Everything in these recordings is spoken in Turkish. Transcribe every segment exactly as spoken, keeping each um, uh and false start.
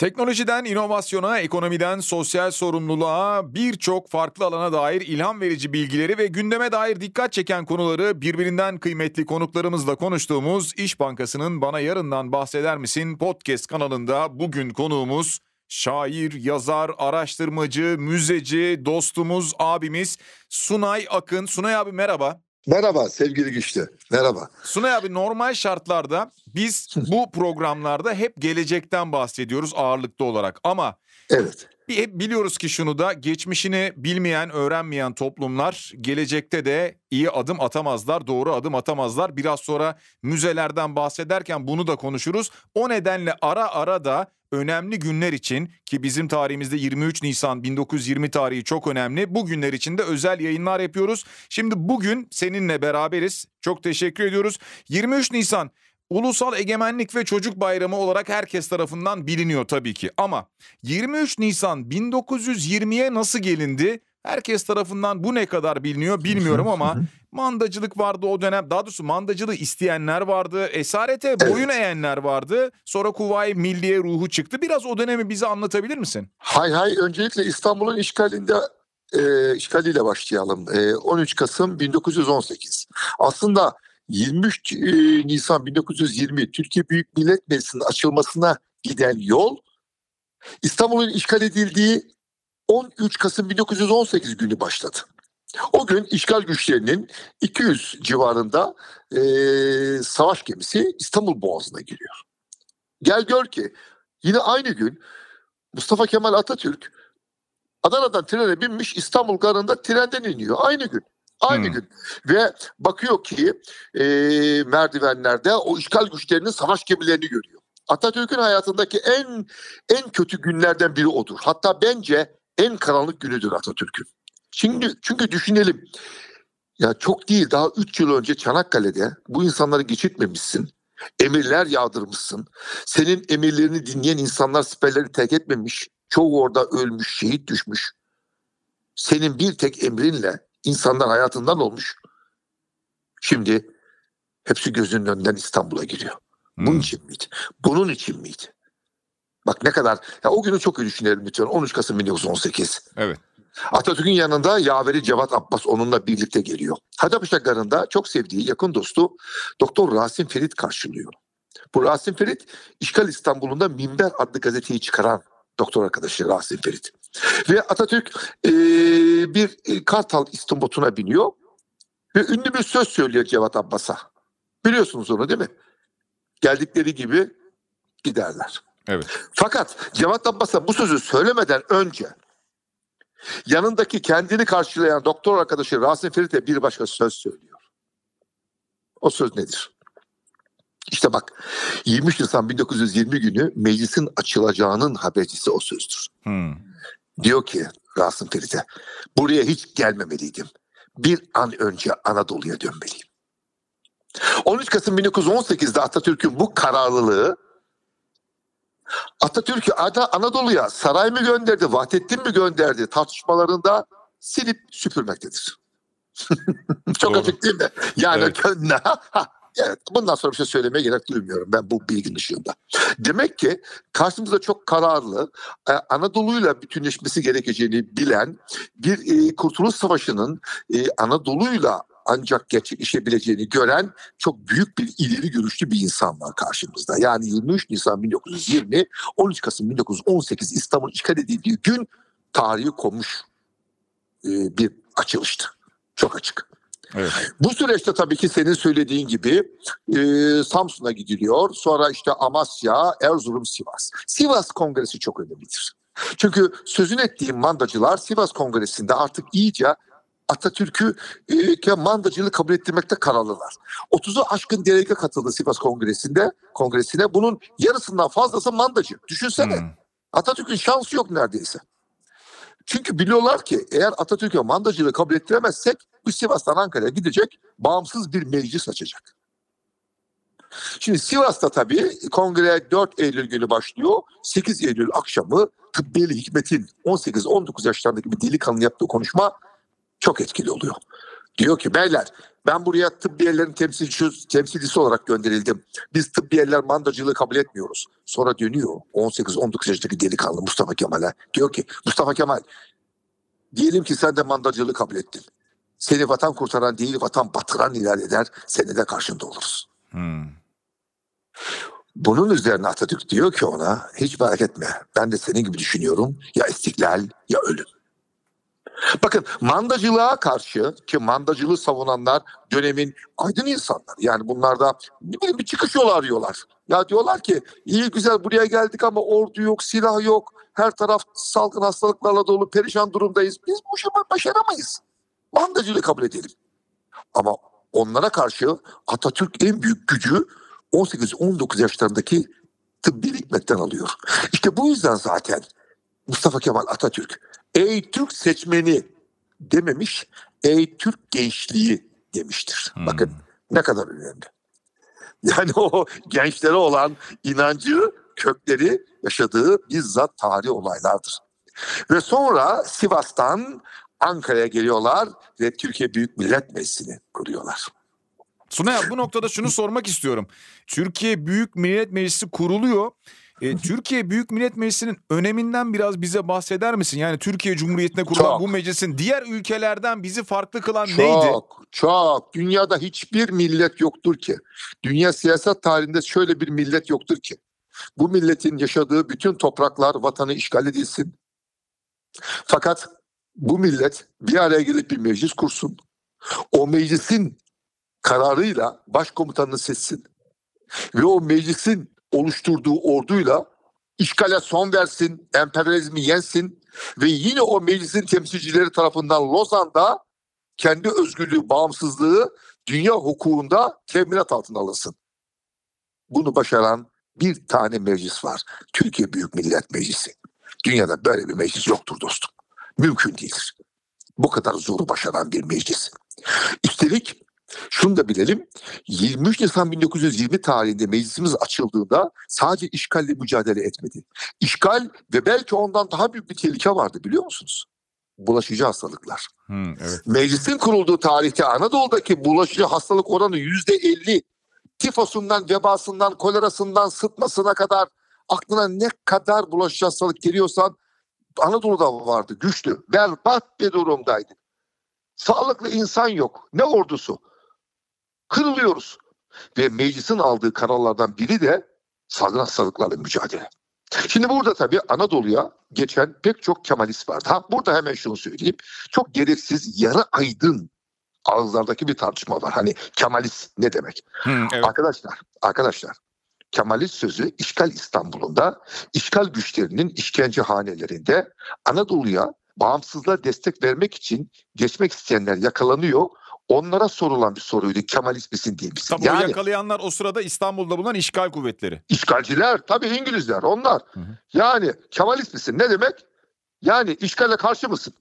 Teknolojiden inovasyona, ekonomiden sosyal sorumluluğa birçok farklı alana dair ilham verici bilgileri ve gündeme dair dikkat çeken konuları birbirinden kıymetli konuklarımızla konuştuğumuz İş Bankası'nın Bana Yarından Bahseder Misin podcast kanalında bugün konuğumuz şair, yazar, araştırmacı, müzeci, dostumuz, abimiz Sunay Akın. Sunay abi merhaba. Merhaba sevgili Güçlü, merhaba. Sunay abi, normal şartlarda biz bu programlarda hep gelecekten bahsediyoruz ağırlıklı olarak ama Evet. hep biliyoruz ki şunu da, geçmişini bilmeyen, öğrenmeyen toplumlar gelecekte de iyi adım atamazlar, doğru adım atamazlar. Biraz sonra müzelerden bahsederken bunu da konuşuruz. O nedenle ara ara da önemli günler için, ki bizim tarihimizde yirmi üç Nisan bin dokuz yüz yirmi tarihi çok önemli. Bu günler için de özel yayınlar yapıyoruz. Şimdi bugün seninle beraberiz. Çok teşekkür ediyoruz. yirmi üç Nisan Ulusal Egemenlik ve Çocuk Bayramı olarak herkes tarafından biliniyor tabii ki. Ama yirmi üç Nisan bin dokuz yüz yirmiye nasıl gelindi? Herkes tarafından bu ne kadar biliniyor bilmiyorum ama mandacılık vardı o dönem. Daha doğrusu mandacılığı isteyenler vardı. Esarete boyun Evet. eğenler vardı. Sonra Kuvayi Milliye ruhu çıktı. Biraz o dönemi bize anlatabilir misin? Hay hay, öncelikle İstanbul'un işgalinde e, işgaliyle başlayalım. E, on üç Kasım bin dokuz yüz on sekiz. Aslında yirmi üç Nisan bin dokuz yüz yirmi Türkiye Büyük Millet Meclisi'nin açılmasına giden yol, İstanbul'un işgal edildiği on üç Kasım bin dokuz yüz on sekiz günü başladı. O gün işgal güçlerinin iki yüz civarında e, savaş gemisi İstanbul Boğazı'na giriyor. Gel gör ki yine aynı gün Mustafa Kemal Atatürk Adana'dan trene binmiş, İstanbul Garı'nda trenden iniyor. Aynı gün. Aynı Hmm. gün. Ve bakıyor ki e, merdivenlerde o işgal güçlerinin savaş gemilerini görüyor. Atatürk'ün hayatındaki en en kötü günlerden biri odur. Hatta bence en karanlık günüdür Atatürk'ün. Çünkü, çünkü düşünelim. Ya çok değil, daha üç yıl önce Çanakkale'de bu insanları geçirtmemişsin. Emirler yağdırmışsın. Senin emirlerini dinleyen insanlar siperleri terk etmemiş. Çoğu orada ölmüş, şehit düşmüş. Senin bir tek emrinle insanlar hayatından olmuş. Şimdi hepsi gözünün önünden İstanbul'a giriyor. Bunun Hmm. için miydi? Bunun için miydi? Bak ne kadar... Ya o günü çok iyi düşünelim lütfen. on üç Kasım bin dokuz yüz on sekiz. Evet. Atatürk'ün yanında yaveri Cevat Abbas onunla birlikte geliyor. Hacıpaşa Garı'nda çok sevdiği yakın dostu Doktor Rasim Ferit karşılıyor. Bu Rasim Ferit, İşgal İstanbul'unda Minber adlı gazeteyi çıkaran doktor arkadaşı Rasim Ferit. Ve Atatürk e, bir e, Kartal istimbotuna biniyor ve ünlü bir söz söylüyor Cevat Abbas'a. Biliyorsunuz onu değil mi? Geldikleri gibi giderler. Evet. Fakat Cevat Abbas'a bu sözü söylemeden önce yanındaki kendini karşılayan doktor arkadaşı Rasim Ferit'e bir başka söz söylüyor. O söz nedir? İşte bak, yirmi üç Nisan bin dokuz yüz yirmi günü meclisin açılacağının habercisi o sözdür. Hmm. Diyor ki Rasim Ferit'e, buraya hiç gelmemeliydim. Bir an önce Anadolu'ya dönmeliyim. on üç Kasım bin dokuz yüz on sekizde Atatürk'ün bu kararlılığı Atatürk'ü Anadolu'ya saray mı gönderdi, Vahdettin mi gönderdi tartışmalarında silip süpürmektedir. Çok Doğru. açık değil mi? Yani Evet. gönle, evet, bundan sonra bir şey söylemeye gerek duymuyorum ben bu bilginin ışığında. Demek ki karşımızda çok kararlı, Anadolu'yla bütünleşmesi gerekeceğini bilen bir e, Kurtuluş Savaşı'nın e, Anadolu'yla ancak gerçekleşebileceğini gören çok büyük bir ileri görüşlü bir insan var karşımızda. Yani yirmi üç Nisan bin dokuz yüz yirmi, on üç Kasım bin dokuz yüz on sekiz İstanbul işgal edildiği gün tarihi konmuş e, bir açılıştı. Çok açık. Evet. Bu süreçte tabii ki senin söylediğin gibi e, Samsun'a gidiliyor. Sonra işte Amasya, Erzurum, Sivas. Sivas Kongresi çok önemlidir. Çünkü sözün ettiğim mandacılar Sivas Kongresi'nde artık iyice Atatürk'ü e, mandacılığı kabul ettirmekte kararlılar. otuzu aşkın delege katıldı Sivas Kongresi'nde, kongresine. Bunun yarısından fazlası mandacı. Düşünsene. Hmm. Atatürk'ün şansı yok neredeyse. Çünkü biliyorlar ki eğer Atatürk'e mandacılığı kabul ettiremezsek bu Sivas'tan Ankara'ya gidecek, bağımsız bir meclis açacak. Şimdi Sivas'ta tabii kongre dört Eylül günü başlıyor. sekiz Eylül akşamı Tıbbiyeli Hikmet'in on sekiz on dokuz yaşlarındaki bir delikanlı yaptığı konuşma çok etkili oluyor. Diyor ki beyler ben buraya tıbbiyelerin temsilcisi, temsilcisi olarak gönderildim. Biz tıbbiyeler mandacılığı kabul etmiyoruz. Sonra dönüyor on sekiz on dokuz yaşındaki delikanlı Mustafa Kemal'e. Diyor ki Mustafa Kemal diyelim ki sen de mandacılığı kabul ettin. Seni vatan kurtaran değil vatan batıran ilan eder. Seni de karşında oluruz. Hmm. Bunun üzerine Atatürk diyor ki ona hiç merak etme ben de senin gibi düşünüyorum. Ya istiklal ya ölüm. Bakın mandacılığa karşı ki mandacılığı savunanlar dönemin aydın insanlar. Yani bunlar da bir, bir çıkış yolu arıyorlar. Ya diyorlar ki iyi güzel buraya geldik ama ordu yok, silah yok. Her taraf salgın hastalıklarla dolu perişan durumdayız. Biz bu işi başaramayız. Mandacılığı kabul edelim. Ama onlara karşı Atatürk en büyük gücü on sekiz on dokuz yaşlarındaki tıbbi hikmetten alıyor. İşte bu yüzden zaten Mustafa Kemal Atatürk ey Türk seçmeni dememiş, ey Türk gençliği demiştir. Hmm. Bakın ne kadar önemli. Yani o gençlere olan inancı, kökleri yaşadığı bizzat tarih olaylardır. Ve sonra Sivas'tan Ankara'ya geliyorlar ve Türkiye Büyük Millet Meclisi'ni kuruyorlar. Sunay abi bu noktada şunu sormak istiyorum. Türkiye Büyük Millet Meclisi kuruluyor. E, Türkiye Büyük Millet Meclisi'nin öneminden biraz bize bahseder misin? Yani Türkiye Cumhuriyeti'ne kurulan çok, bu meclisin diğer ülkelerden bizi farklı kılan çok, neydi? Çok çok. Dünyada hiçbir millet yoktur ki. Dünya siyaset tarihinde şöyle bir millet yoktur ki. Bu milletin yaşadığı bütün topraklar vatanı işgal edilsin. Fakat bu millet bir araya gelip bir meclis kursun. O meclisin kararıyla başkomutanını seçsin. Ve o meclisin oluşturduğu orduyla işgale son versin, emperyalizmi yensin ve yine o meclisin temsilcileri tarafından Lozan'da kendi özgürlüğü, bağımsızlığı dünya hukukunda teminat altına alınsın. Bunu başaran bir tane meclis var. Türkiye Büyük Millet Meclisi. Dünyada böyle bir meclis yoktur dostum. Mümkün değildir. Bu kadar zoru başaran bir meclis. Üstelik şunu da bilelim, yirmi üç Nisan bin dokuz yüz yirmi tarihinde meclisimiz açıldığında sadece işgalle mücadele etmedi. İşgal ve belki ondan daha büyük bir tehlike vardı biliyor musunuz? Bulaşıcı hastalıklar. Hmm, evet. Meclisin kurulduğu tarihte Anadolu'daki bulaşıcı hastalık oranı yüzde elli. Tifosundan, vebasından, kolerasından, sıtmasına kadar aklına ne kadar bulaşıcı hastalık geliyorsan Anadolu'da vardı, güçlü, berbat bir durumdaydı. Sağlıklı insan yok. Ne ordusu? Kırılıyoruz. Ve meclisin aldığı kararlardan biri de salgın hastalıklarla mücadele. Şimdi burada tabii Anadolu'ya geçen pek çok Kemalist vardı. Ha, burada hemen şunu söyleyeyim. Çok gereksiz yarı aydın ağızlardaki bir tartışma var. Hani Kemalist ne demek? Hmm, evet. Arkadaşlar, arkadaşlar Kemalist sözü işgal İstanbul'unda işgal güçlerinin işkence hanelerinde Anadolu'ya bağımsızlığa destek vermek için geçmek isteyenler yakalanıyor. Onlara sorulan bir soruydu. Kemalist misin değil misin? Tabii yani, o yakalayanlar o sırada İstanbul'da bulunan işgal kuvvetleri. İşgalciler tabii İngilizler onlar. Hı hı. Yani Kemalist misin ne demek? Yani işgale karşı mısın?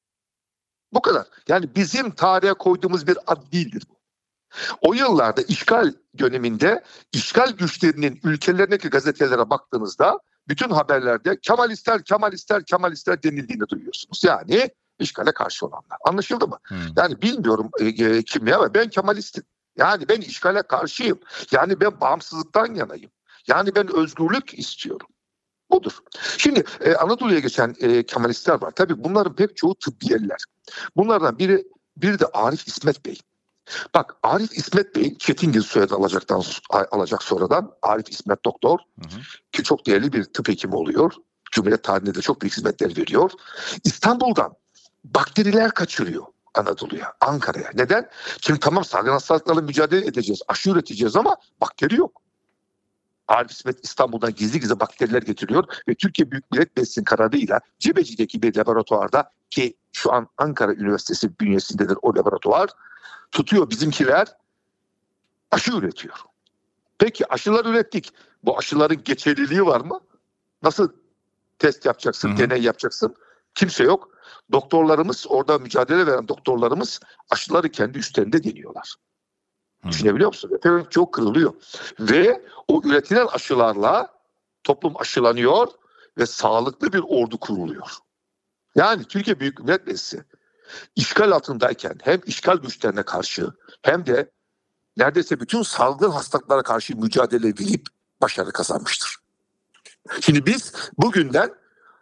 Bu kadar. Yani bizim tarihe koyduğumuz bir ad değildir bu. O yıllarda işgal döneminde işgal güçlerinin ülkelerindeki gazetelere baktığınızda bütün haberlerde Kemalistler, Kemalistler, Kemalistler denildiğini duyuyorsunuz. Yani işgale karşı olanlar. Anlaşıldı mı? Hmm. Yani bilmiyorum e, e, kimliğe ama ben Kemalistim. Yani ben işgale karşıyım. Yani ben bağımsızlıktan yanayım. Yani ben özgürlük istiyorum. Budur. Şimdi e, Anadolu'ya geçen e, Kemalistler var. Tabii bunların pek çoğu tıbbiyeliler. Bunlardan biri, biri de Arif İsmet Bey. Bak Arif İsmet Bey Çetingil soyadı alacaktan alacak sonradan Arif İsmet Doktor hı hı. ki çok değerli bir tıp hekimi oluyor. Cumhuriyet tarihinde de çok büyük hizmetler veriyor. İstanbul'dan bakteriler kaçırıyor Anadolu'ya, Ankara'ya. Neden? Çünkü tamam salgın hastalıklarla mücadele edeceğiz, aşı üreteceğiz ama bakteri yok. Arif İsmet İstanbul'dan gizli gizli bakteriler getiriyor ve Türkiye Büyük Millet Meclisi'nin kararıyla Cebeci'deki bir laboratuvarda ki şu an Ankara Üniversitesi bünyesindedir o laboratuvar, tutuyor bizimkiler aşı üretiyor. Peki aşılar ürettik. Bu aşıların geçerliliği var mı? Nasıl test yapacaksın, hı hı. deney yapacaksın? Kimse yok. Doktorlarımız, orada mücadele veren doktorlarımız aşıları kendi üstlerinde deniyorlar. Hı. Düşünebiliyor musun? Efendim çok kırılıyor. Ve o üretilen aşılarla toplum aşılanıyor ve sağlıklı bir ordu kuruluyor. Yani Türkiye Büyük Millet Meclisi işgal altındayken hem işgal güçlerine karşı hem de neredeyse bütün salgın hastalıklara karşı mücadele verip başarı kazanmıştır. Şimdi biz bugünden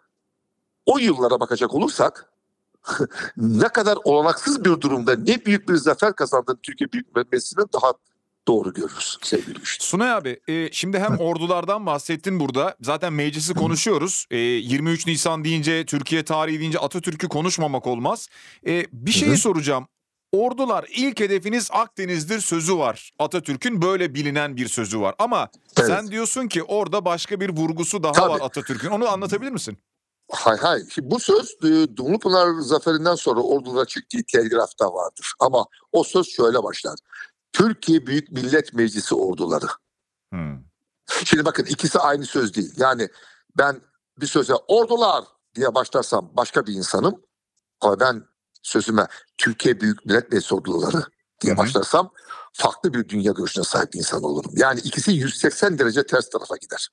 o yıllara bakacak olursak ne kadar olanaksız bir durumda ne büyük bir zafer kazandığını Türkiye Büyük Millet Meclisi'nin daha doğru görürüz sevgili Güçlü. Sunay abi e, şimdi hem ordulardan bahsettin burada. Zaten meclisi konuşuyoruz. E, yirmi üç Nisan deyince, Türkiye tarihi deyince Atatürk'ü konuşmamak olmaz. E, bir şeyi Hı-hı. soracağım. Ordular ilk hedefiniz Akdeniz'dir sözü var. Atatürk'ün böyle bilinen bir sözü var. Ama Evet. sen diyorsun ki orada başka bir vurgusu daha Tabii. var Atatürk'ün. Onu anlatabilir misin? Hay hay. Şimdi bu söz e, Dumlupınar Zaferi'nden sonra ordulara çıktığı telgrafta vardır. Ama o söz şöyle başlar. Türkiye Büyük Millet Meclisi orduları. Hmm. Şimdi bakın ikisi aynı söz değil. Yani ben bir söze ordular diye başlarsam başka bir insanım. Ama ben sözüme Türkiye Büyük Millet Meclisi orduları diye Hı hı. başlarsam farklı bir dünya görüşüne sahip bir insan olurum. Yani ikisi yüz seksen derece ters tarafa gider.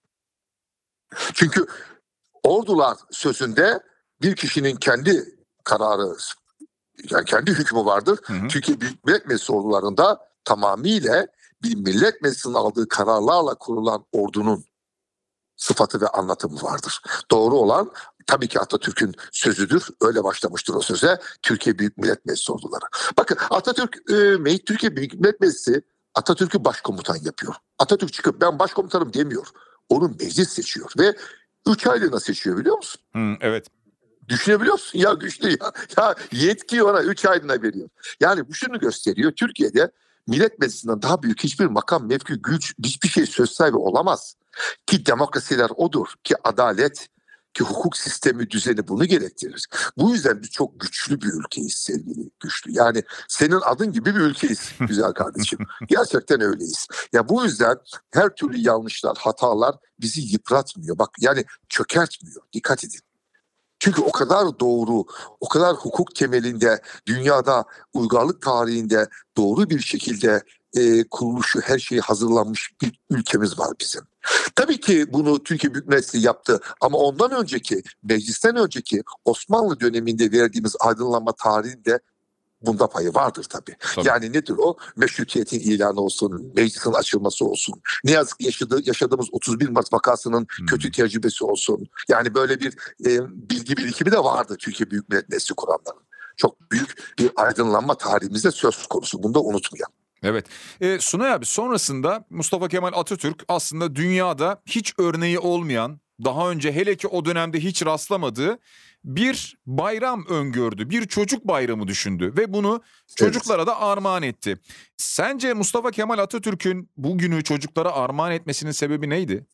Çünkü ordular sözünde bir kişinin kendi kararı, yani kendi hükmü vardır. Hı hı. Türkiye Büyük Millet Meclisi ordularında tamamıyla bir millet meclisinin aldığı kararlarla kurulan ordunun sıfatı ve anlatımı vardır. Doğru olan tabii ki Atatürk'ün sözüdür. Öyle başlamıştır o söze. Türkiye Büyük Millet Meclisi orduları. Bakın Atatürk, e, Türkiye Büyük Millet Meclisi Atatürk'ü başkomutan yapıyor. Atatürk çıkıp ben başkomutanım demiyor. Onu meclis seçiyor ve üç aylığına seçiyor biliyor musun? Hı, evet. Düşünebiliyor musun? Ya güçlü ya. Ya yetkiyi ona üç aylığına veriyor. Yani bu şunu gösteriyor. Türkiye'de Millet Meclisi'nden daha büyük hiçbir makam, mevki, güç, hiçbir şey söz sahibi olamaz. Ki demokrasiler odur. Ki adalet, ki hukuk sistemi düzeni bunu gerektirir. Bu yüzden biz çok güçlü bir ülkeyiz sevgili Güçlü. Yani senin adın gibi bir ülkeyiz güzel kardeşim. Gerçekten öyleyiz. Ya bu yüzden her türlü yanlışlar, hatalar bizi yıpratmıyor. Bak yani çökertmiyor. Dikkat edin. Çünkü o kadar doğru, o kadar hukuk temelinde, dünyada uygarlık tarihinde doğru bir şekilde e, kuruluşu, her şeyi hazırlanmış bir ülkemiz var bizim. Tabii ki bunu Türkiye Büyük Meclisi yaptı ama ondan önceki, meclisten önceki Osmanlı döneminde verdiğimiz aydınlanma tarihinde bunda payı vardır tabii. Tabii. Yani nedir o? Meşrutiyetin ilanı olsun, meclisin açılması olsun. Ne yazık ki yaşadığı, yaşadığımız otuz bir Mart vakasının Hmm. kötü tecrübesi olsun. Yani böyle bir e, bilgi birikimi de vardı Türkiye Büyük Millet Meclisi kuranların. Çok büyük bir aydınlanma tarihimizde söz konusu. Bunu da unutmayalım. Evet. E, Sunay abi sonrasında Mustafa Kemal Atatürk aslında dünyada hiç örneği olmayan, daha önce hele ki o dönemde hiç rastlamadığı bir bayram öngördü. Bir çocuk bayramı düşündü ve bunu çocuklara evet. da armağan etti. Sence Mustafa Kemal Atatürk'ün bugünü çocuklara armağan etmesinin sebebi neydi?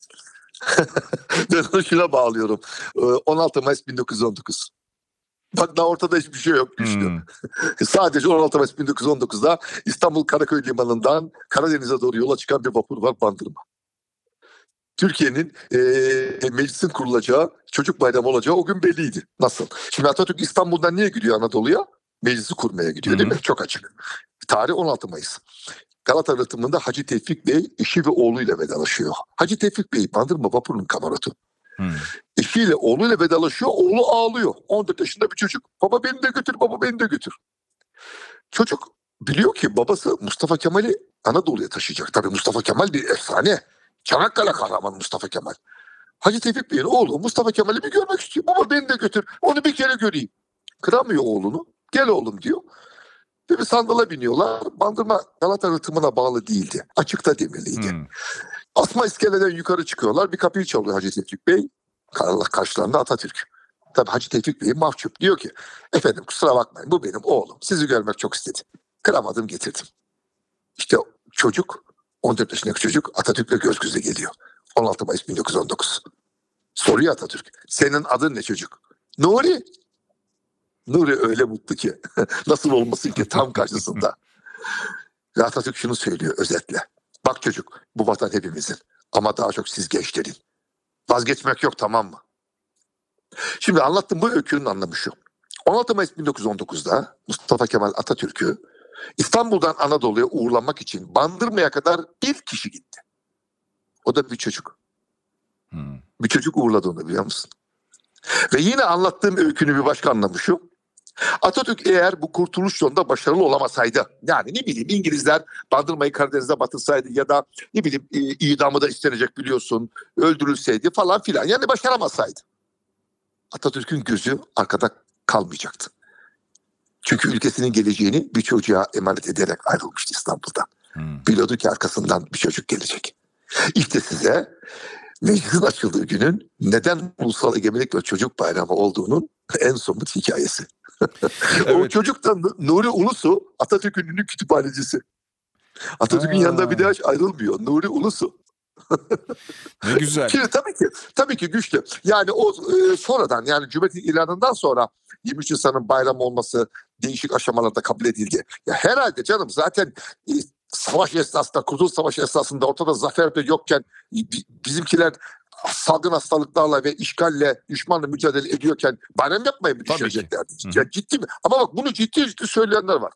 Ben onu şuna bağlıyorum. on altı Mayıs bin dokuz yüz on dokuz. Bak daha ortada hiçbir şey yok güçlü. Hmm. Sadece on altı Mayıs bin dokuz yüz on dokuzda İstanbul Karaköy Limanı'ndan Karadeniz'e doğru yola çıkan bir vapur var, Bandırma. Türkiye'nin e, meclisin kurulacağı, çocuk bayramı olacağı o gün belliydi. Nasıl? Şimdi Atatürk İstanbul'dan niye gidiyor Anadolu'ya? Meclisi kurmaya gidiyor, değil mi? Çok açık. Tarih on altı Mayıs. Galata rıhtımında Hacı Tevfik Bey eşi ve oğluyla vedalaşıyor. Hacı Tevfik Bey Bandırma vapurunun kamarotu. Hmm. Eşiyle oğluyla vedalaşıyor. Oğlu ağlıyor. on dört yaşında bir çocuk. Baba beni de götür, baba beni de götür. Çocuk biliyor ki babası Mustafa Kemal'i Anadolu'ya taşıyacak. Tabii Mustafa Kemal bir efsane. Çanakkale kahramanı Mustafa Kemal. Hacı Tevfik Bey'in oğlu Mustafa Kemal'i bir görmek istiyor. Baba beni de götür. Onu bir kere göreyim. Kıramıyor oğlunu. Gel oğlum diyor. Ve bir sandala biniyorlar. Bandırma Galata rıhtımına bağlı değildi. Açıkta demirliydi. Hmm. Asma iskeleden yukarı çıkıyorlar. Bir kapıyı çalıyor Hacı Tevfik Bey. Karşılarında Atatürk. Tabii Hacı Tevfik Bey mahcup. Diyor ki efendim kusura bakmayın bu benim oğlum. Sizi görmek çok istedi. Kıramadım getirdim. İşte çocuk on dört yaşındaki çocuk Atatürk'le göz göze geliyor. on altı Mayıs bin dokuz yüz on dokuz. Soruyor Atatürk. Senin adın ne çocuk? Nuri. Nuri öyle mutlu ki. Nasıl olmasın ki tam karşısında. Ve Atatürk şunu söylüyor özetle. Bak çocuk bu vatan hepimizin. Ama daha çok siz gençlerin. Vazgeçmek yok tamam mı? Şimdi anlattığım bu öykünün anlamı şu. on altı Mayıs bin dokuz yüz on dokuzda Mustafa Kemal Atatürk'ü İstanbul'dan Anadolu'ya uğurlamak için Bandırma'ya kadar bir kişi gitti. O da bir çocuk. Hmm. Bir çocuk uğurladı onu biliyor musun? Ve yine anlattığım öykünün bir başka anlamı şu. Atatürk eğer bu kurtuluş yolunda başarılı olamasaydı, yani ne bileyim İngilizler Bandırma'yı Karadeniz'e batırsaydı ya da ne bileyim e, idamı da istenecek biliyorsun, öldürülseydi falan filan, yani başaramasaydı, Atatürk'ün gözü arkada kalmayacaktı. Çünkü ülkesinin geleceğini bir çocuğa emanet ederek ayrılmıştı İstanbul'dan. Hmm. Biliyordu ki arkasından bir çocuk gelecek. İşte size meclisin açıldığı günün neden Ulusal Egemenlik ve Çocuk Bayramı olduğunun en somut hikayesi. Evet. O çocuk da Nuri Ulusu, Atatürk'ün ünlü kütüphanecisi. Atatürk'ün Ha. yanında bir daha hiç ayrılmıyor. Nuri Ulusu. Ne güzel. Şimdi tabii ki tabii ki güçlü. Yani o e, sonradan, yani Cumhuriyet ilanından sonra yirmi üç Nisan'ın bayram olması değişik aşamalarda kabul edildi. Ya herhalde canım zaten e, savaş esnasında, Kurtuluş Savaşı esnasında ortada zafer de yokken bi- bizimkiler salgın hastalıklarla ve işgalle, düşmanla mücadele ediyorken bayram yapmayı mı Tabii ki. düşüneceklerdi? Hı hı. Ya ciddi mi? Ama bak bunu ciddi ciddi söyleyenler var.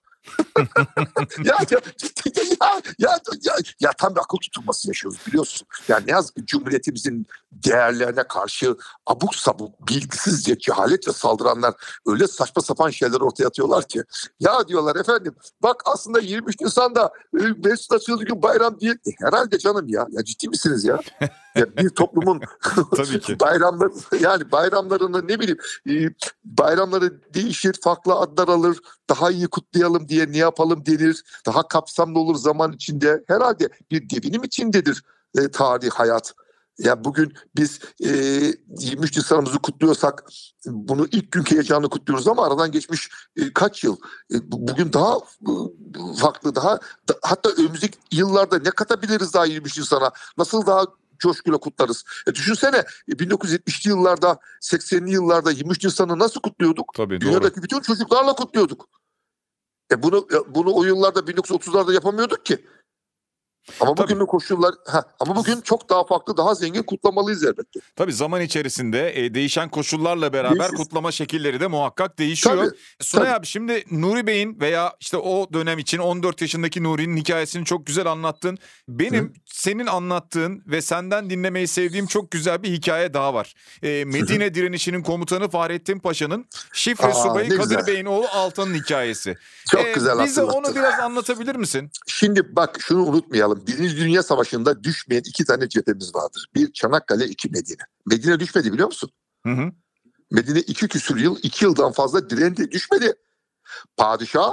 ya, ya, ciddi, ya, ya, ya, ya tam bir akıl tutulması yaşıyoruz biliyorsun. Yani ne yazık ki Cumhuriyetimizin değerlerine karşı abuk sabuk, bilgisizce, cehaletle saldıranlar öyle saçma sapan şeyler ortaya atıyorlar ki. Ya diyorlar efendim, bak aslında yirmi üç Nisan'da e, Mesut açıldığı gün bayram değil. E, herhalde canım ya. Ya ciddi misiniz ya? Ya bir toplumun Tabii ki. bayramları, yani bayramlarını ne bileyim e, bayramları değişir, farklı adlar alır, daha iyi kutlayalım diye ne yapalım denir, daha kapsamlı olur zaman içinde. Herhalde bir devinim içindedir e, tarih, hayat. Ya bugün biz e, yirmi üç Nisan'ımızı kutluyorsak bunu ilk günkü heyecanla kutluyoruz ama aradan geçmiş e, kaç yıl. E, bu- bugün daha e, farklı, daha da, hatta önümüzdeki yıllarda ne katabiliriz daha yirmi üç Nisan'a? Nasıl daha coşkuyla kutlarız? E, düşünsene e, bin dokuz yüz yetmişli yıllarda, seksenli yıllarda yirmi üç Nisan'ı nasıl kutluyorduk? Tabii doğru. Dünyadaki bütün çocuklarla kutluyorduk. E bunu e, bunu o yıllarda bin dokuz yüz otuzlarda yapamıyorduk ki. Ama Tabii. bugünün koşullar ha, ama bugün çok daha farklı, daha zengin kutlamalıyız elbette. Tabii zaman içerisinde e, değişen koşullarla beraber Değişir. kutlama şekilleri de muhakkak değişiyor. Tabii, Sunay tabii. abi, şimdi Nuri Bey'in veya işte o dönem için on dört yaşındaki Nuri'nin hikayesini çok güzel anlattın. Benim Hı. senin anlattığın ve senden dinlemeyi sevdiğim çok güzel bir hikaye daha var. E, Medine direnişinin komutanı Fahrettin Paşa'nın şifre Aa, subayı ne Kadir güzel. Bey'in oğlu Altan'ın hikayesi. Çok E, güzel bize onu hatırlattın. biraz anlatabilir misin? Şimdi bak şunu unutmayalım. Birinci Dünya Savaşı'nda düşmeyen iki tane cephemiz vardır. Bir Çanakkale, iki Medine. Medine düşmedi biliyor musun? Hı hı. Medine iki küsur yıl, iki yıldan fazla direndi, düşmedi. Padişah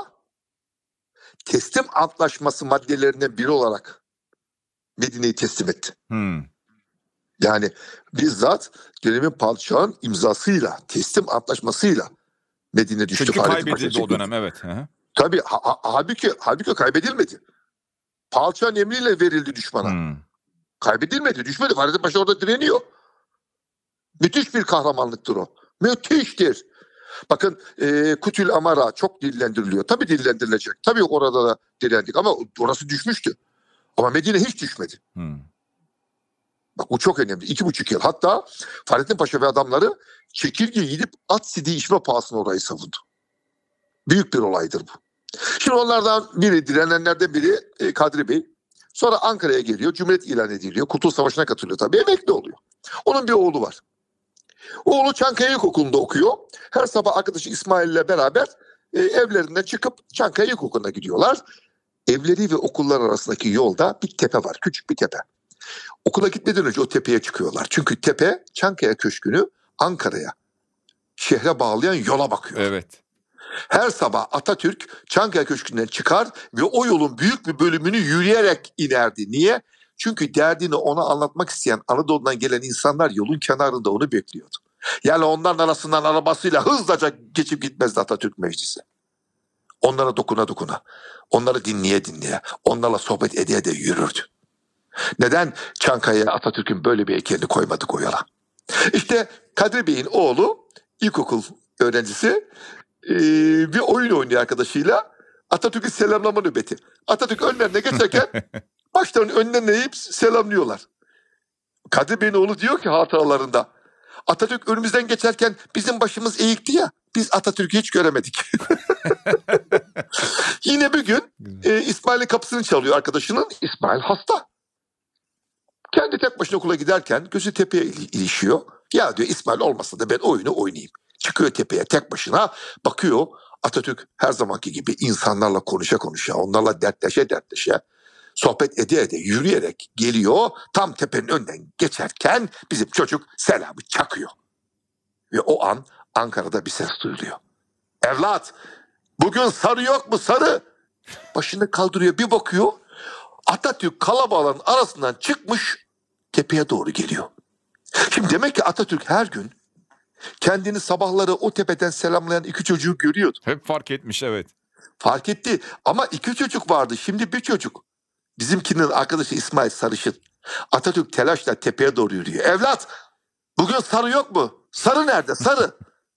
teslim antlaşması maddelerinden biri olarak Medine'yi teslim etti. Hmm. Yani bizzat dönemin padişahın imzasıyla, teslim antlaşmasıyla Medine düştü. Çünkü Fahrettin Paşa kaybedildi o çıktı. dönem, evet. Hı hı. Tabii ha, ha- halbuki, halbuki kaybedilmedi. Padişahın emriyle verildi düşmana. Hmm. Kaybedilmedi, düşmedi. Fahrettin Paşa orada direniyor. Müthiş bir kahramanlıktır o. Müthiştir. Bakın e, Kutül Amara çok dillendiriliyor. Tabii dillendirilecek. Tabii orada da direndik ama orası düşmüştü. Ama Medine hiç düşmedi. Hmm. Bak bu çok önemli. İki buçuk yıl. Hatta Fahrettin Paşa ve adamları çekirge yiyip at sidiği içme pahasına orayı savundu. Büyük bir olaydır bu. Şimdi onlardan biri, direnenlerden biri e, Kadri Bey. Sonra Ankara'ya geliyor. Cumhuriyet ilan ediliyor. Kurtuluş Savaşı'na katılıyor tabii. Emekli oluyor. Onun bir oğlu var. Oğlu Çankaya İlkokulu'nda okuyor. Her sabah arkadaşı İsmail ile beraber e, evlerinden çıkıp Çankaya İlkokulu'na gidiyorlar. Evleri ve okullar arasındaki yolda bir tepe var. Küçük bir tepe. Okula gitmeden önce o tepeye çıkıyorlar. Çünkü tepe Çankaya Köşkü'nü Ankara'ya, şehre bağlayan yola bakıyor. Evet. Her sabah Atatürk Çankaya Köşkü'nden çıkar ve o yolun büyük bir bölümünü yürüyerek inerdi. Niye? Çünkü derdini ona anlatmak isteyen Anadolu'dan gelen insanlar yolun kenarında onu bekliyordu. Yani onların arasından arabasıyla hızlıca geçip gitmezdi Atatürk meclisi. Onlara dokuna dokuna, onları dinleye dinleye, onlarla sohbet ede ede yürürdü. Neden Çankaya'ya Atatürk'ün böyle bir heykelini koymadık o yola? İşte Kadri Bey'in oğlu ilkokul öğrencisi e, bir oyun oynuyor arkadaşıyla. Atatürk'ün selamlama nöbeti. Atatürk önlerine geçerken başlarının önlerine eğip selamlıyorlar. Kadri Bey'in oğlu diyor ki hatıralarında, Atatürk önümüzden geçerken bizim başımız eğikti ya, biz Atatürk'ü hiç göremedik. Yine bir gün e, İsmail'in kapısını çalıyor arkadaşının. İsmail hasta. Kendi tek başına okula giderken gözü tepeye il- ilişiyor. Ya diyor İsmail olmasa da ben oyunu oynayayım. Çıkıyor tepeye tek başına, bakıyor Atatürk her zamanki gibi insanlarla konuşa konuşa, onlarla dertleşe dertleşe, sohbet ede ede, yürüyerek geliyor. Tam tepenin önünden geçerken bizim çocuk selamı çakıyor. Ve o an Ankara'da bir ses duyuluyor. Evlat, bugün sarı yok mu sarı? Başını kaldırıyor, bir bakıyor. Atatürk kalabalığın arasından çıkmış, tepeye doğru geliyor. Şimdi demek ki Atatürk her gün kendini sabahları o tepeden selamlayan iki çocuğu görüyordu. Hep fark etmiş, evet. Fark etti ama iki çocuk vardı, şimdi bir çocuk. Bizimkinin arkadaşı İsmail Sarışın. Atatürk telaşla tepeye doğru yürüyor. Evlat, bugün sarı yok mu? Sarı nerede? Sarı.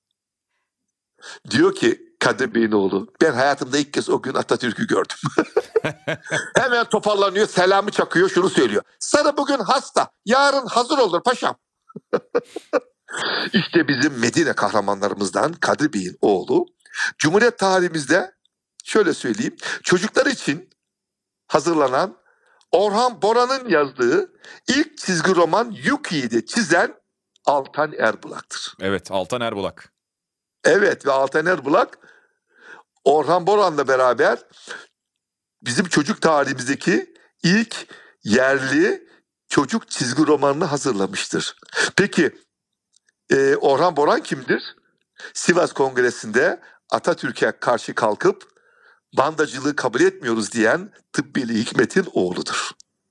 Diyor ki Kadir Bey'in oğlu, ben hayatımda ilk kez o gün Atatürk'ü gördüm. Hemen toparlanıyor, selamı çakıyor, şunu söylüyor. Sarı bugün hasta, yarın hazır olur paşam. İşte bizim Medine kahramanlarımızdan Kadir Bey'in oğlu, Cumhuriyet tarihimizde şöyle söyleyeyim, çocuklar için hazırlanan Orhan Boran'ın yazdığı ilk çizgi roman Yuki'yi de çizen Altan Erbulak'tır. Evet, Altan Erbulak. Evet, ve Altan Erbulak Orhan Boran'la beraber bizim çocuk tarihimizdeki ilk yerli çocuk çizgi romanını hazırlamıştır. Peki e, Orhan Boran kimdir? Sivas Kongresi'nde Atatürk'e karşı kalkıp bandacılığı kabul etmiyoruz diyen Tıbbeli Hikmet'in oğludur.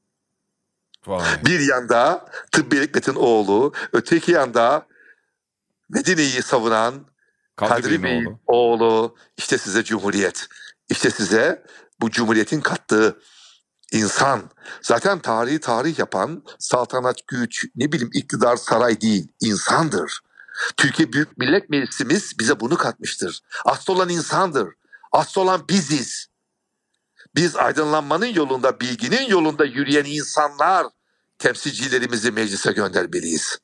Vay. Bir yanda Tıbbeli Hikmet'in oğlu, öteki yanda Medine'yi savunan Kadri Kadri Bey'in Bey'in oğlu. oğlu. İşte size Cumhuriyet. İşte size bu Cumhuriyet'in kattığı insan. Zaten tarihi tarih yapan saltanat, güç, ne bileyim iktidar, saray değil, insandır. Türkiye Büyük Millet Meclisimiz bize bunu katmıştır. Asıl olan insandır. Asıl olan biziz. Biz aydınlanmanın yolunda, bilginin yolunda yürüyen insanlar temsilcilerimizi meclise göndermeliyiz.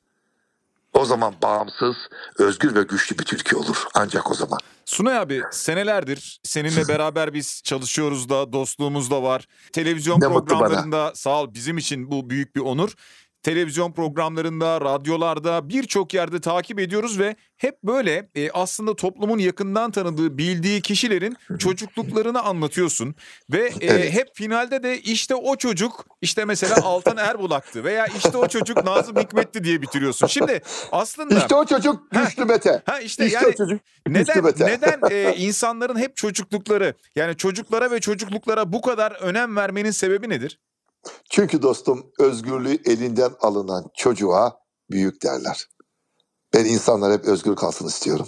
O zaman bağımsız, özgür ve güçlü bir Türkiye olur. Ancak o zaman. Sunay abi, senelerdir seninle beraber biz çalışıyoruz da, dostluğumuz da var. Televizyon Ne mutlu programlarında, sağ ol, bizim için bu büyük bir onur. Televizyon programlarında, radyolarda, birçok yerde takip ediyoruz ve hep böyle e, aslında toplumun yakından tanıdığı, bildiği kişilerin çocukluklarını anlatıyorsun. Ve e, Evet. hep finalde de işte o çocuk, işte mesela Altan Erbulak'tı veya işte o çocuk Nazım Hikmet'ti diye bitiriyorsun. Şimdi aslında... İşte o çocuk Güçlü Mete. Ha işte, İşte yani o çocuk Güçlü neden Mete. neden e, insanların hep çocuklukları, yani çocuklara ve çocukluklara bu kadar önem vermenin sebebi nedir? Çünkü dostum, özgürlüğü elinden alınan çocuğa büyük derler. Ben insanlar hep özgür kalsın istiyorum.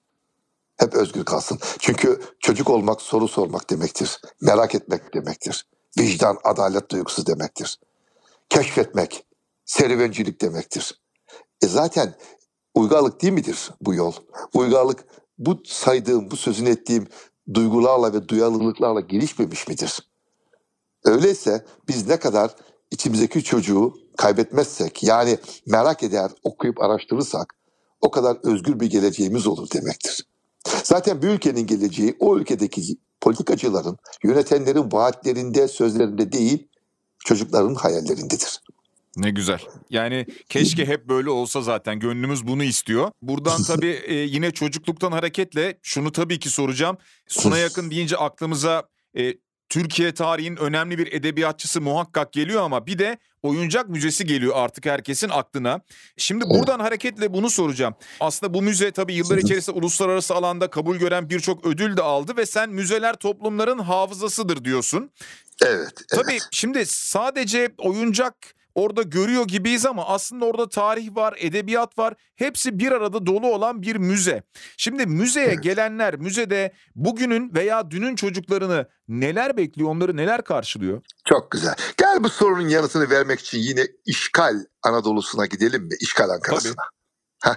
Hep özgür kalsın. Çünkü çocuk olmak soru sormak demektir. Merak etmek demektir. Vicdan, adalet duygusu demektir. Keşfetmek, serüvencilik demektir. E zaten uygarlık değil midir bu yol? Uygarlık bu saydığım, bu sözünü ettiğim duygularla ve duyarlılıklarla gelişmemiş midir? Öyleyse biz ne kadar içimizdeki çocuğu kaybetmezsek, yani merak eder, okuyup araştırırsak, o kadar özgür bir geleceğimiz olur demektir. Zaten bir ülkenin geleceği o ülkedeki politikacıların, yönetenlerin vaatlerinde, sözlerinde değil, çocukların hayallerindedir. Ne güzel. Yani keşke hep böyle olsa, zaten gönlümüz bunu istiyor. Buradan tabii e, yine çocukluktan hareketle şunu tabii ki soracağım. Sunay Akın deyince aklımıza e, Türkiye tarihinin önemli bir edebiyatçısı muhakkak geliyor ama bir de oyuncak müzesi geliyor artık herkesin aklına. Şimdi buradan hareketle bunu soracağım. Aslında bu müze tabii yıllar içerisinde uluslararası alanda kabul gören birçok ödül de aldı ve sen müzeler toplumların hafızasıdır diyorsun. Evet, evet. Tabii şimdi sadece oyuncak orada görüyor gibiyiz ama aslında orada tarih var, edebiyat var. Hepsi bir arada dolu olan bir müze. Şimdi müzeye Evet. gelenler, müzede bugünün veya dünün çocuklarını neler bekliyor, onları neler karşılıyor? Çok güzel. Gel bu sorunun yanıtını vermek için yine işgal Anadolu'suna gidelim mi? İşgal Ankara'sına. Heh.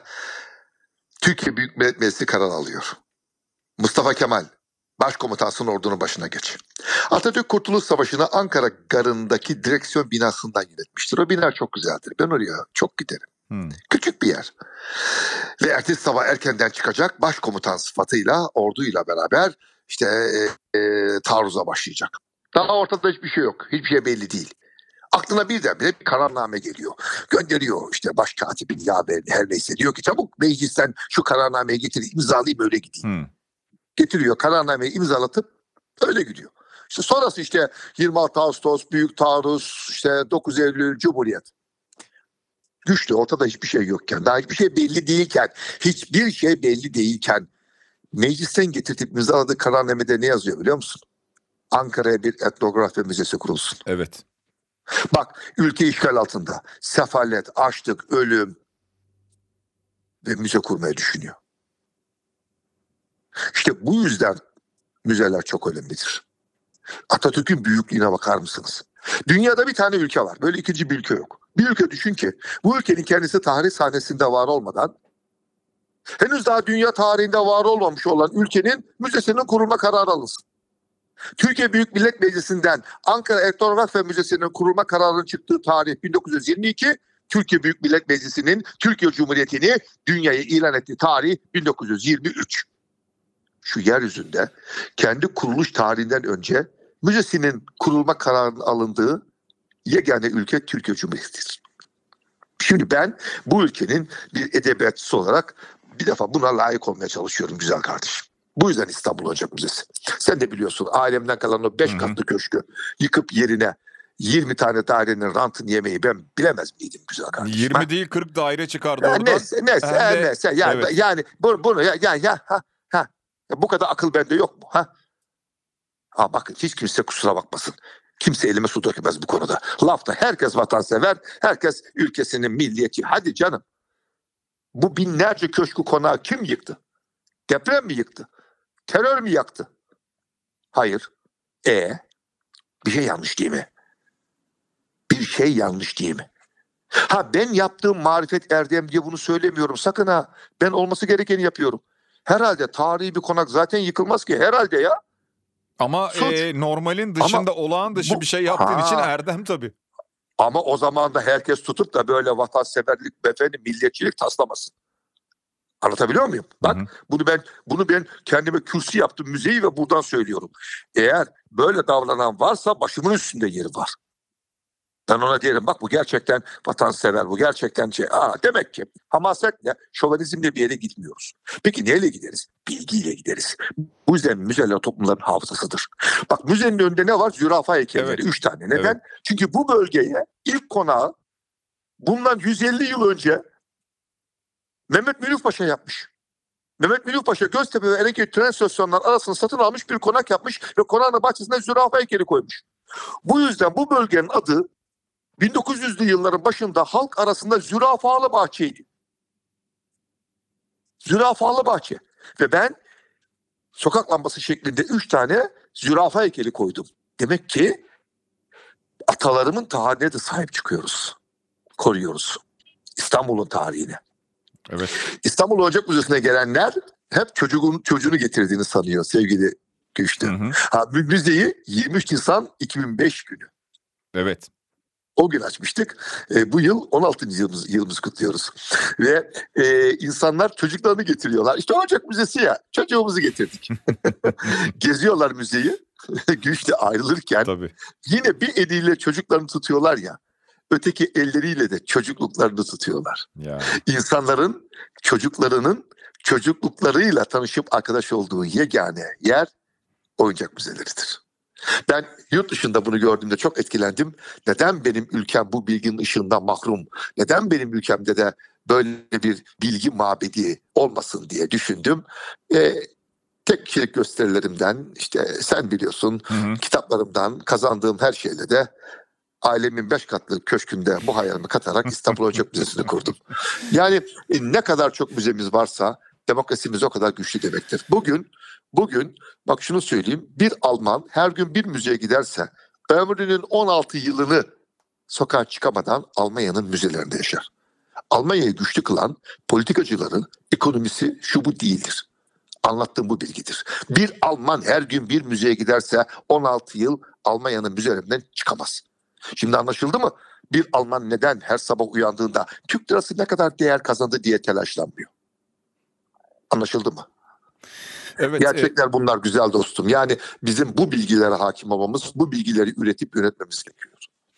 Türkiye Büyük Millet Meclisi karar alıyor. Mustafa Kemal başkomutansın, ordunun başına geç. Atatürk Kurtuluş Savaşı'nı Ankara Garı'ndaki direksiyon binasından yönetmiştir. O bina çok güzeldir. Ben oraya çok giderim. Hmm. Küçük bir yer. Ve ertesi sabah erkenden çıkacak, başkomutan sıfatıyla orduyla beraber işte e, e, taarruza başlayacak. Daha ortada hiçbir şey yok. Hiçbir şey belli değil. Aklına birdenbire bir kararname geliyor. Gönderiyor işte başkatibin yaverini her neyse. Diyor ki çabuk meclisten şu kararnameyi getir, imzalayayım öyle gideyim. Hmm. Getiriyor kararnameyi imzalatıp öyle gidiyor. İşte sonrası işte yirmi altı Ağustos, Büyük Taarruz, işte dokuz Eylül, Cumhuriyet. Güçlü, ortada hiçbir şey yokken, daha hiçbir şey belli değilken, hiçbir şey belli değilken meclisten getirtip imzaladığı kararnamede ne yazıyor biliyor musun? Ankara'ya bir etnografya müzesi kurulsun. Evet. Bak, ülke işgal altında. Sefalet, açlık, ölüm ve müze kurmayı düşünüyor. İşte bu yüzden müzeler çok önemlidir. Atatürk'ün büyüklüğüne bakar mısınız? Dünyada bir tane ülke var. Böyle ikinci bir ülke yok. Bir ülke düşün ki bu ülkenin kendisi tarih sahnesinde var olmadan, henüz daha dünya tarihinde var olmamış olan ülkenin müzesinin kurulma kararı alınsın. Türkiye Büyük Millet Meclisi'nden Ankara Etnografya Müzesi'nin kurulma kararının çıktığı tarih bin dokuz yüz yirmi iki, Türkiye Büyük Millet Meclisi'nin Türkiye Cumhuriyeti'ni dünyaya ilan ettiği tarih bin dokuz yüz yirmi üç. Şu yeryüzünde kendi kuruluş tarihinden önce müzesinin kurulma kararının alındığı yegane ülke Türkiye Cumhuriyeti'dir. Şimdi ben bu ülkenin bir edebiyatçısı olarak bir defa buna layık olmaya çalışıyorum güzel kardeşim. Bu yüzden İstanbul Ocak Müzesi. Sen de biliyorsun, ailemden kalan o beş katlı köşkü yıkıp yerine yirmi tane dairenin rantını yemeyi ben bilemez miydim güzel kardeşim? yirmi ha? değil kırk daire çıkardı Ya oradan. neyse neyse, Hem de- neyse. Yani, Evet. yani bunu, bunu ya, ya, ya, ha, ha. Ya bu kadar akıl bende yok mu? Ha? Ha bakın, hiç kimse kusura bakmasın. Kimse elime su dökemez bu konuda. Lafta herkes vatansever, herkes ülkesinin milliyetçi. Hadi canım. Bu binlerce köşkü konağı kim yıktı? Deprem mi yıktı? Terör mü yaktı? Hayır. E bir şey yanlış değil mi? Bir şey yanlış değil mi? Ha, ben yaptığım marifet erdem diye bunu söylemiyorum. Sakın ha. Ben olması gerekeni yapıyorum. Herhalde tarihi bir konak zaten yıkılmaz ki. Herhalde ya. Ama Suç. e, normalin dışında, Ama olağan dışı bu- bir şey yaptığın Ha. için erdem tabii. Ama o zaman da herkes tutup da böyle vatanseverlik, efendim, milliyetçilik taslamasın. Anlatabiliyor muyum? Bak, Hı hı. bunu ben bunu ben kendime kürsü yaptım, müzeyi, ve buradan söylüyorum. Eğer böyle davranan varsa başımın üstünde yeri var. Ben ona diyelim, bak bu gerçekten vatansever, bu gerçekten şey. Aa, demek ki hamasetle, şovenizmle bir yere gitmiyoruz. Peki neyle gideriz? Bilgiyle gideriz. Bu yüzden müzeler toplumların hafızasıdır. Bak, müzenin önünde ne var? Zürafa heykelleri. Evet. Üç tane. Neden? Evet. Çünkü bu bölgeye ilk konağı bundan yüz elli yıl önce Mehmet Mülük Paşa yapmış. Mehmet Mülük Paşa Göztepe ve Erenköy tren istasyonlarının arasını satın almış, bir konak yapmış ve konağın bahçesine zürafa heykeli koymuş. Bu yüzden bu bölgenin adı bin dokuz yüzlü yılların başında halk arasında Zürafalı Bahçe'ydi. Zürafalı Bahçe. Ve ben sokak lambası şeklinde üç tane zürafa heykeli koydum. Demek ki atalarımın tarihine de sahip çıkıyoruz. Koruyoruz. İstanbul'un tarihine. Evet. İstanbul Ocak Müzesi'ne gelenler hep çocuğun çocuğunu getirdiğini sanıyor sevgili Güçlü. Hı hı. Ha, mü- müzeyi yirmi üç Nisan iki bin beş günü. Evet. O gün açmıştık. E, bu yıl on altıncı yılımız, yılımızı kutluyoruz. Ve e, insanlar çocuklarını getiriyorlar. İşte Ocak Müzesi ya. Çocuğumuzu getirdik. Geziyorlar müzeyi. Güçlü ayrılırken Tabii. yine bir eliyle çocuklarını tutuyorlar ya. Öteki elleriyle de çocukluklarını tutuyorlar. Ya. İnsanların çocuklarının çocukluklarıyla tanışıp arkadaş olduğu yegane yer oyuncak müzeleridir. Ben yurt dışında bunu gördüğümde çok etkilendim. Neden benim ülkem bu bilginin ışığından mahrum? Neden benim ülkemde de böyle bir bilgi mabedi olmasın diye düşündüm. Ee, tek kişilik gösterilerimden, işte sen biliyorsun, Hı hı. kitaplarımdan kazandığım her şeyle de ailemin beş katlı köşkünde bu hayalimi katarak İstanbul Ocak Müzesi'ni kurdum. Yani e, ne kadar çok müzemiz varsa demokrasimiz o kadar güçlü demektir. Bugün bugün bak şunu söyleyeyim, bir Alman her gün bir müzeye giderse ömrünün on altı yılını sokağa çıkamadan Almanya'nın müzelerinde yaşar. Almanya'yı güçlü kılan politikacıların ekonomisi şu bu değildir. Anlattığım bu bilgidir. Bir Alman her gün bir müzeye giderse on altı yıl Almanya'nın müzelerinden çıkamaz. Şimdi anlaşıldı mı? Bir Alman neden her sabah uyandığında Türk lirası ne kadar değer kazandı diye telaşlanmıyor? Anlaşıldı mı? Evet. e, Gerçekler bunlar güzel dostum. Yani bizim bu bilgilere hakim olmamız, bu bilgileri üretip yönetmemiz gerekiyor.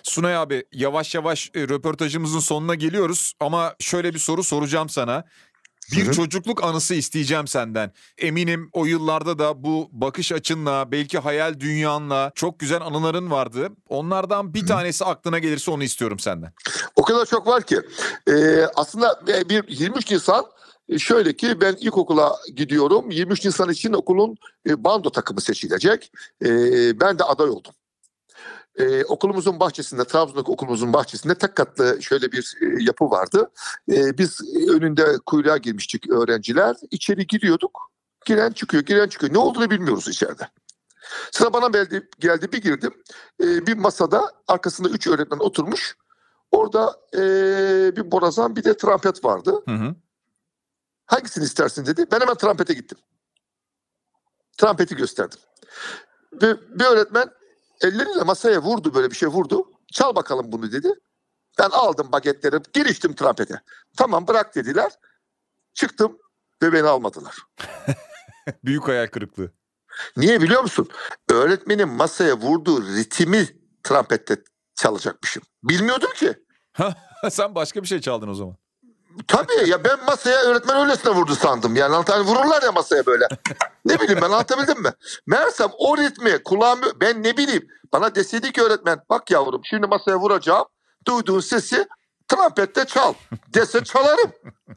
Sunay abi, yavaş yavaş e, röportajımızın sonuna geliyoruz ama şöyle bir soru soracağım sana. Bir Hı hı. çocukluk anısı isteyeceğim senden. Eminim o yıllarda da bu bakış açınla, belki hayal dünyanla çok güzel anıların vardı. Onlardan bir tanesi aklına gelirse onu istiyorum senden. O kadar çok var ki. Ee, aslında bir yirmi üç Nisan e, şöyle ki ben ilkokula gidiyorum. yirmi üç Nisan için okulun e, bando takımı seçilecek. E, ben de aday oldum. Ee, okulumuzun bahçesinde, Trabzon'daki okulumuzun bahçesinde tek katlı şöyle bir e, yapı vardı. Ee, biz önünde kuyruğa girmiştik öğrenciler. İçeri giriyorduk. Giren çıkıyor, giren çıkıyor. Ne olduğunu bilmiyoruz içeride. Sıra bana geldi, geldi bir girdim. Ee, bir masada arkasında üç öğretmen oturmuş. Orada e, bir borazan bir de trompet vardı. Hı hı. Hangisini istersin dedi. Ben hemen trompete gittim. Trompeti gösterdim. Ve bir öğretmen elleriyle masaya vurdu, böyle bir şey vurdu. Çal bakalım bunu dedi. Ben aldım bagetleri, giriştim trompete. Tamam bırak dediler. Çıktım ve beni almadılar. Büyük hayal kırıklığı. Niye biliyor musun? Öğretmenin masaya vurduğu ritmi trompette çalacakmışım. Bilmiyordum ki. Sen başka bir şey çaldın o zaman. Tabii ya, ben masaya öğretmen öylesine vurdu sandım. Yani hani vururlar ya masaya böyle. Ne bileyim, ben anlatabildim mi? Meğersem o ritmi kulağım, ben ne bileyim. Bana deseydi ki öğretmen, bak yavrum şimdi masaya vuracağım. Duyduğun sesi trompette çal dese çalarım.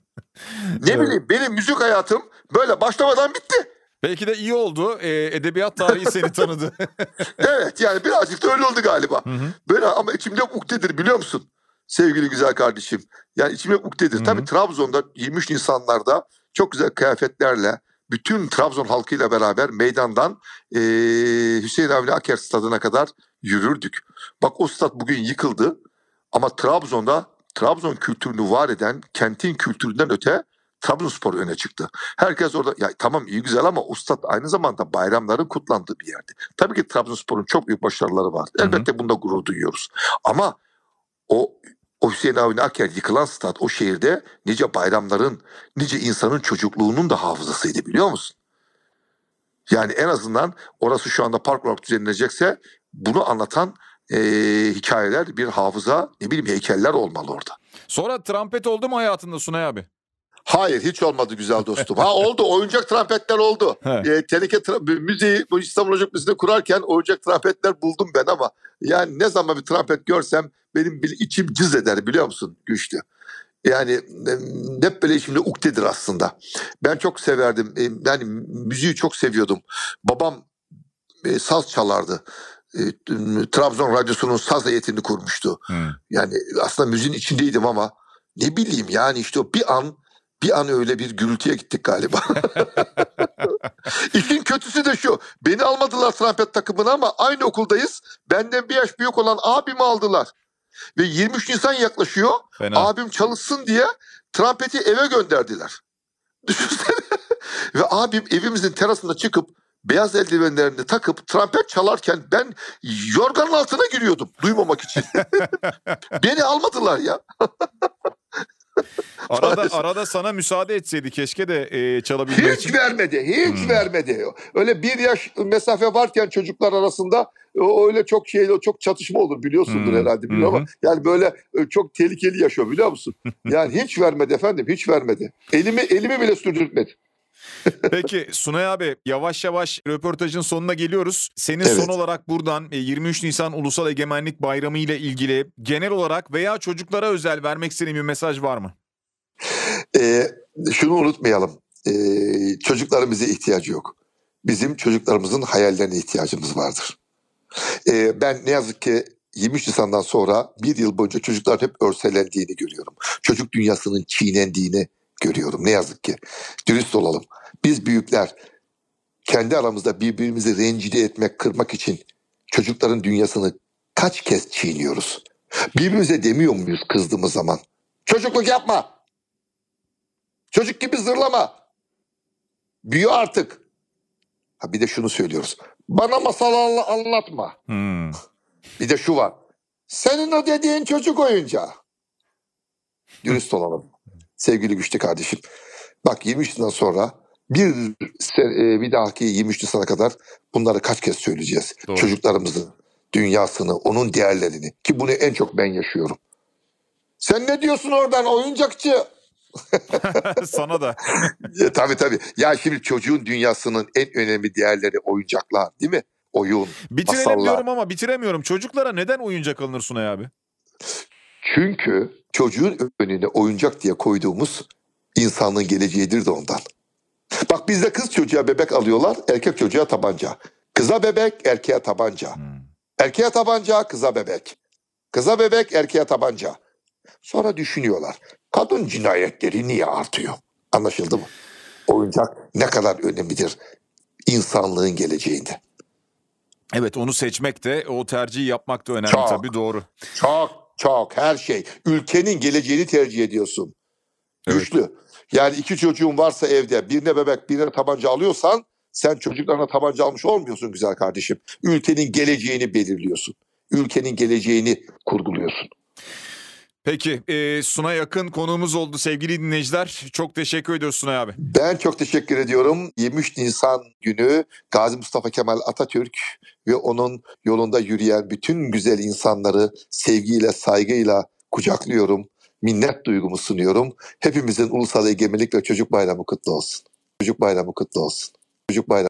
Ne Evet. bileyim, benim müzik hayatım böyle başlamadan bitti. Belki de iyi oldu. Ee, edebiyat tarihi seni tanıdı. Evet, yani birazcık da öyle oldu galiba. Hı hı. Böyle, ama içimde ukdedir biliyor musun? Sevgili güzel kardeşim. Yani içimde ukdedir. Hı hı. Tabii Trabzon'da yirmi üç Nisanlarda çok güzel kıyafetlerle bütün Trabzon halkıyla beraber meydandan eee, Hüseyin Avni Aker stadına kadar yürürdük. Bak, o stad bugün yıkıldı ama Trabzon'da Trabzon kültürünü var eden, kentin kültüründen öte Trabzonspor öne çıktı. Herkes orada, ya tamam iyi güzel ama o stad aynı zamanda bayramların kutlandığı bir yerdi. Tabii ki Trabzonspor'un çok büyük başarıları var. Hı hı. Elbette bunda gurur duyuyoruz. Ama o, o Hüseyin Avni Aker yıkılan stat o şehirde nice bayramların, nice insanın çocukluğunun da hafızasıydı biliyor musun? Yani en azından orası şu anda park olarak düzenlenecekse bunu anlatan eee, hikayeler, bir hafıza, ne bileyim heykeller olmalı orada. Sonra trompet oldu mu hayatında Sunay abi? Hayır, hiç olmadı güzel dostum. Ha oldu, oyuncak trompetler oldu. He. E, teneke tra- müziği bu İstanbul Ocak Müziği'nde kurarken oyuncak trompetler buldum ben ama yani ne zaman bir trompet görsem benim bir içim cız eder biliyor musun Güçlü? Yani e, hep böyle içimde ukdedir aslında. Ben çok severdim. E, yani müziği çok seviyordum. Babam e, saz çalardı. E, Trabzon Radyosu'nun saz heyetini kurmuştu. Hı. Yani aslında müziğin içindeydim ama ne bileyim yani işte o bir an bir an öyle bir gürültüye gittik galiba. İşin kötüsü de şu. Beni almadılar trompet takımına ama aynı okuldayız. Benden bir yaş büyük olan abimi aldılar. Ve yirmi üç Nisan yaklaşıyor. Fena. Abim çalışsın diye trompeti eve gönderdiler. Düşünsene. Ve abim evimizin terasında çıkıp beyaz eldivenlerini takıp trompet çalarken ben yorganın altına giriyordum duymamak için. Beni almadılar ya. Arada arada sana müsaade etseydi keşke de e, çalabilmen Hiç için. vermedi, hiç Hmm. vermedi. Öyle bir yaş mesafe varken çocuklar arasında o öyle çok şey, çok çatışma olur biliyorsundur Hmm, herhalde biliyorum hı ama yani böyle e, çok tehlikeli yaşıyor biliyor musun? Yani hiç vermedi efendim, hiç vermedi. Elimi elimi bile sürdürtmedi. Peki Sunay abi, yavaş yavaş röportajın sonuna geliyoruz. Senin Evet. son olarak buradan e, yirmi üç Nisan Ulusal Egemenlik Bayramı ile ilgili genel olarak veya çocuklara özel vermek istediğin bir mesaj var mı? Ee, şunu unutmayalım. Ee, çocukların bize ihtiyacı yok. Bizim çocuklarımızın hayallerine ihtiyacımız vardır. Ee, ben ne yazık ki yirmi üç Nisan'dan sonra bir yıl boyunca çocuklar hep örselendiğini görüyorum. Çocuk dünyasının çiğnendiğini görüyorum ne yazık ki. Dürüst olalım. Biz büyükler kendi aramızda birbirimizi rencide etmek, kırmak için çocukların dünyasını kaç kez çiğniyoruz? Birbirimize demiyor muyuz kızdığımız zaman? Çocukluk yapma. Çocuk gibi zırlama. Büyü artık. Ha bir de şunu söylüyoruz. Bana masal anla- anlatma. Hmm. Bir de şu var. Senin o dediğin çocuk oyuncağı. Dürüst olalım. Sevgili Güçlü kardeşim. Bak yirmi üç Nisan sonra bir, se- e, bir dahaki yirmi üç Nisan'a kadar bunları kaç kez söyleyeceğiz? Doğru. Çocuklarımızı dünyasını, onun değerlerini, ki bunu en çok ben yaşıyorum. Sen ne diyorsun oradan oyuncakçı? Sana da. Ya, tabii tabii. Ya şimdi çocuğun dünyasının en önemli değerleri oyuncaklar, değil mi? Oyun, Bitirelim masallar. diyorum ama bitiremiyorum. Çocuklara neden oyuncak alınır Sunay abi? Çünkü çocuğun önüne oyuncak diye koyduğumuz insanlığın geleceğidir de ondan. Bak bizde kız çocuğa bebek alıyorlar, erkek çocuğa tabanca. Kıza bebek, erkeğe tabanca. Hmm. Erkeğe tabanca, kıza bebek. Kıza bebek, erkeğe tabanca. Sonra düşünüyorlar. Kadın cinayetleri niye artıyor? Anlaşıldı mı? Oyuncak ne kadar önemlidir insanlığın geleceğinde. Evet, onu seçmek de, o tercihi yapmak da önemli Çok. tabii, doğru. Çok çok her şey. Ülkenin geleceğini tercih ediyorsun. Evet. Güçlü. Yani iki çocuğun varsa evde, birine bebek, birine tabanca alıyorsan sen çocuklarına tabanca almış olmuyorsun güzel kardeşim. Ülkenin geleceğini belirliyorsun. Ülkenin geleceğini kurguluyorsun. Peki, e, Sunay Akın konuğumuz oldu sevgili dinleyiciler. Çok teşekkür ediyoruz Sunay abi. Ben çok teşekkür ediyorum. yirmi üç Nisan günü Gazi Mustafa Kemal Atatürk ve onun yolunda yürüyen bütün güzel insanları sevgiyle, saygıyla kucaklıyorum. Minnet duygumu sunuyorum. Hepimizin Ulusal Egemenlik ve Çocuk Bayramı kutlu olsun. Çocuk Bayramı kutlu olsun. Çocuk Bayramı